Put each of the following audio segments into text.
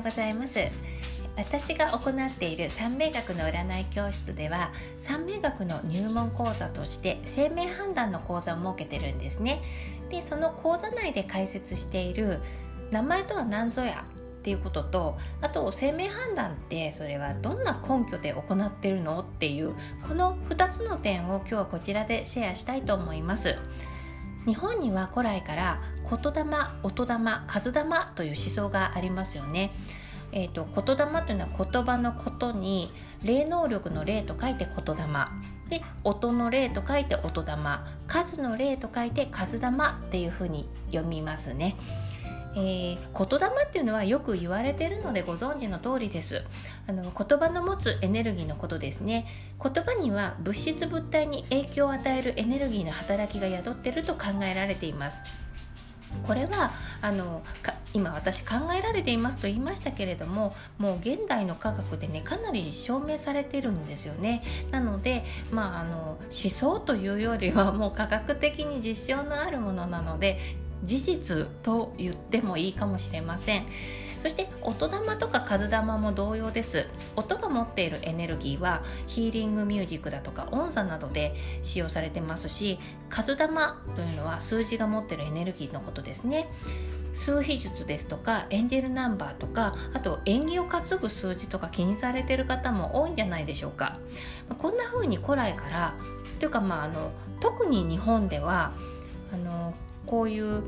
ございます。私が行っている三名学の占い教室では、三名学の入門講座として生命判断の講座を設けてるんですね。で、その講座内で解説している名前とは何ぞやっていうことと、あと生命判断ってそれはどんな根拠で行ってるのっていう、この2つの点を今日はこちらでシェアしたいと思います。日本には古来から言霊、音霊、数霊という思想がありますよね。言霊というのは言葉のことに霊能力の霊と書いて言霊で、音の霊と書いて音霊、数の霊と書いて数霊っていうふうに読みますね。言霊っていうのはよく言われているのでご存知の通りです。言葉の持つエネルギーのことですね。言葉には物質物体に影響を与えるエネルギーの働きが宿っていると考えられています。これは今私考えられていますと言いましたけれども、もう現代の科学でねかなり証明されているんですよね。なので、思想というよりはもう科学的に実証のあるものなので、事実と言ってもいいかもしれません。そして音霊とか数霊も同様です。音が持っているエネルギーはヒーリングミュージックだとか音叉などで使用されてますし、数霊というのは数字が持っているエネルギーのことですね。数秘術ですとかエンジェルナンバーとか、あと縁起を担ぐ数字とか気にされている方も多いんじゃないでしょうか。こんな風に古来からというか、特に日本ではこういう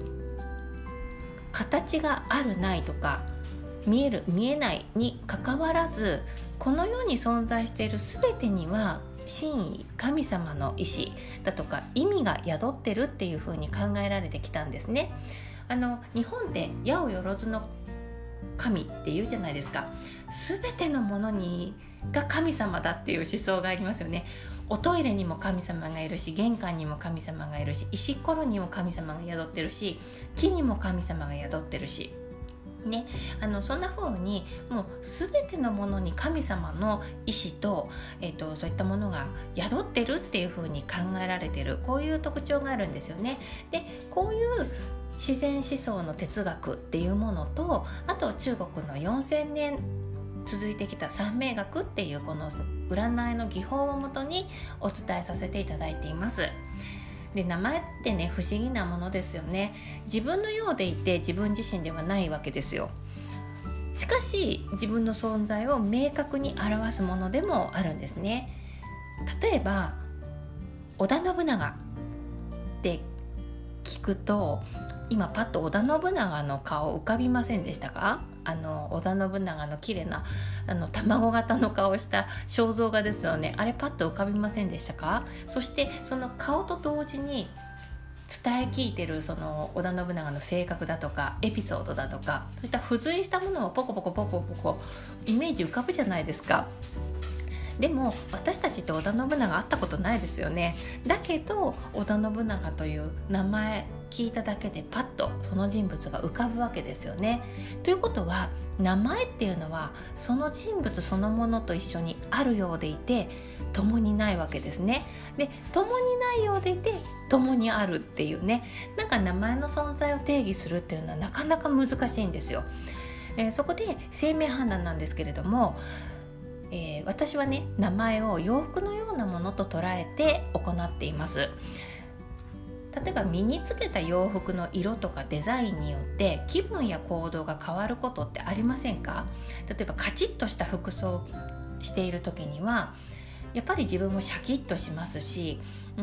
形があるないとか見える見えないにかかわらず、この世に存在している全てには真意、神様の意志だとか意味が宿ってるっていう風に考えられてきたんですね。日本って八百万の神って言うじゃないですか。全てのものが神様だっていう思想がありますよね。おトイレにも神様がいるし、玄関にも神様がいるし、石ころにも神様が宿ってるし、木にも神様が宿ってるしね、そんな風にもう全てのものに神様の意志と、そういったものが宿ってるっていう風に考えられてる、こういう特徴があるんですよね。で、こういう自然思想の哲学っていうものと、あと中国の4000年続いてきた三名学っていうこの占いの技法をもとにお伝えさせていただいています。で、名前ってね不思議なものですよね。自分のようでいて自分自身ではないわけですよ。しかし自分の存在を明確に表すものでもあるんですね。例えば織田信長って聞くと、今パッと織田信長の顔浮かびませんでしたか？織田信長の綺麗な卵型の顔した肖像画ですよね。あれパッと浮かびませんでしたか？そしてその顔と同時に伝え聞いてるその織田信長の性格だとかエピソードだとか、そういった付随したものもポコポコポコポコイメージ浮かぶじゃないですか。でも私たちって織田信長会ったことないですよね。だけど織田信長という名前聞いただけでパッとその人物が浮かぶわけですよね。ということは、名前っていうのはその人物そのものと一緒にあるようでいて共にないわけですね。で、共にないようでいて共にあるっていうね、なんか名前の存在を定義するっていうのはなかなか難しいんですよ。そこで生命判断なんですけれども、私はね名前を洋服のようなものと捉えて行っています。例えば身につけた洋服の色とかデザインによって気分や行動が変わることってありませんか？例えばカチッとした服装をしている時にはやっぱり自分もシャキッとしますし、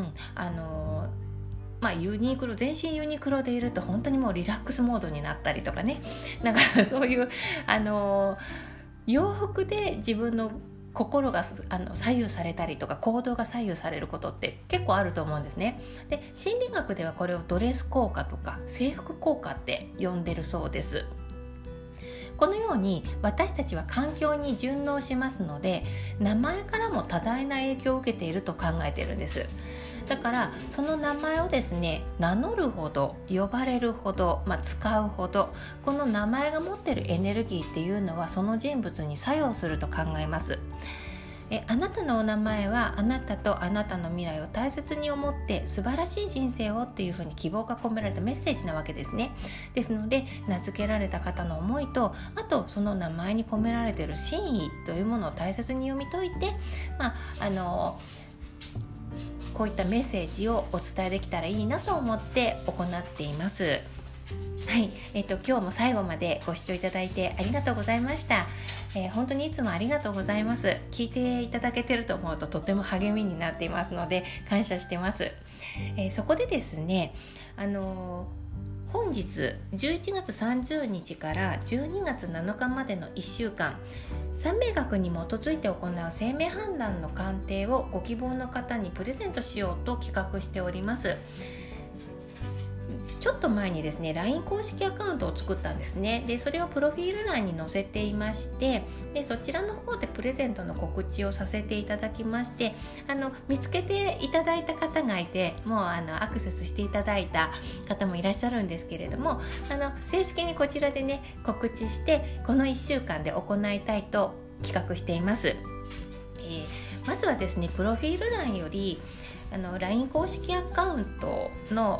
ユニクロ、全身ユニクロでいると本当にもうリラックスモードになったりとかね、なんかそういう洋服で自分の心が左右されたりとか行動が左右されることって結構あると思うんですね。で、心理学ではこれをドレス効果とか制服効果って呼んでるそうです。このように私たちは環境に順応しますので、名前からも多大な影響を受けていると考えているんです。だからその名前をですね名乗るほど、呼ばれるほど、使うほど、この名前が持っているエネルギーっていうのはその人物に作用すると考えます。 あなたのお名前はあなたとあなたの未来を大切に思って素晴らしい人生をっていうふうに希望が込められたメッセージなわけですね。ですので名付けられた方の思いと、あとその名前に込められている真意というものを大切に読み解いて、こういったメッセージをお伝えできたらいいなと思って行っています。はい、今日も最後までご視聴いただいてありがとうございました。本当にいつもありがとうございます。聞いていただけてると思うととても励みになっていますので感謝してます。そこでですね、本日11月30日から12月7日までの1週間、三名学に基づいて行う生命判断の鑑定をご希望の方にプレゼントしようと企画しております。ちょっと前にですね LINE 公式アカウントを作ったんですね。でそれをプロフィール欄に載せていまして、でそちらの方でプレゼントの告知をさせていただきまして、見つけていただいた方がいて、もうアクセスしていただいた方もいらっしゃるんですけれども、正式にこちらでね告知してこの1週間で行いたいと企画しています。まずはですねプロフィール欄よりLINE 公式アカウントの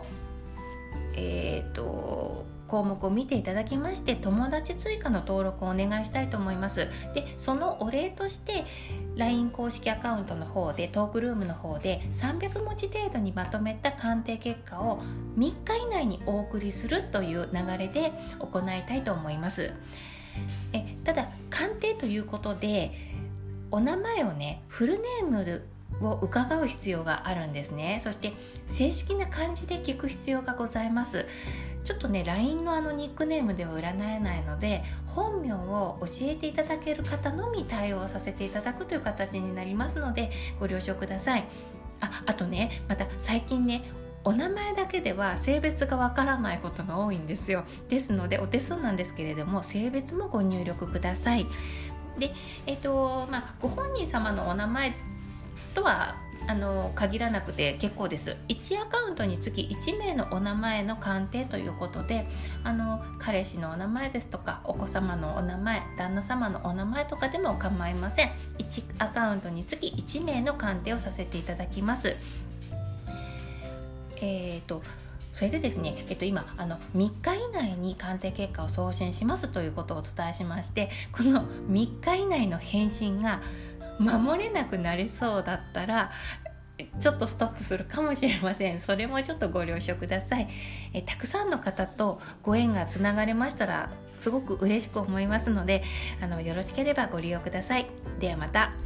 項目を見ていただきまして、友達追加の登録をお願いしたいと思います。でそのお礼として LINE 公式アカウントの方でトークルームの方で300文字程度にまとめた鑑定結果を3日以内にお送りするという流れで行いたいと思います。ただ鑑定ということでお名前をねフルネームを伺う必要があるんですね。そして正式な漢字で聞く必要がございます。ちょっとね LINE のニックネームでは占えないので、本名を教えていただける方のみ対応させていただくという形になりますのでご了承ください。あとね、また最近ねお名前だけでは性別がわからないことが多いんですよ。ですのでお手数なんですけれども性別もご入力ください。で、ご本人様のお名前とは限らなくて結構です。1アカウントにつき1名のお名前の鑑定ということで、彼氏のお名前ですとかお子様のお名前、旦那様のお名前とかでも構いません。1アカウントにつき1名の鑑定をさせていただきます。それでですね、今3日以内に鑑定結果を送信しますということをお伝えしまして、この3日以内の返信が守れなくなりそうだったらちょっとストップするかもしれません。それもちょっとご了承ください。たくさんの方とご縁がつながれましたらすごく嬉しく思いますので、よろしければご利用ください。ではまた。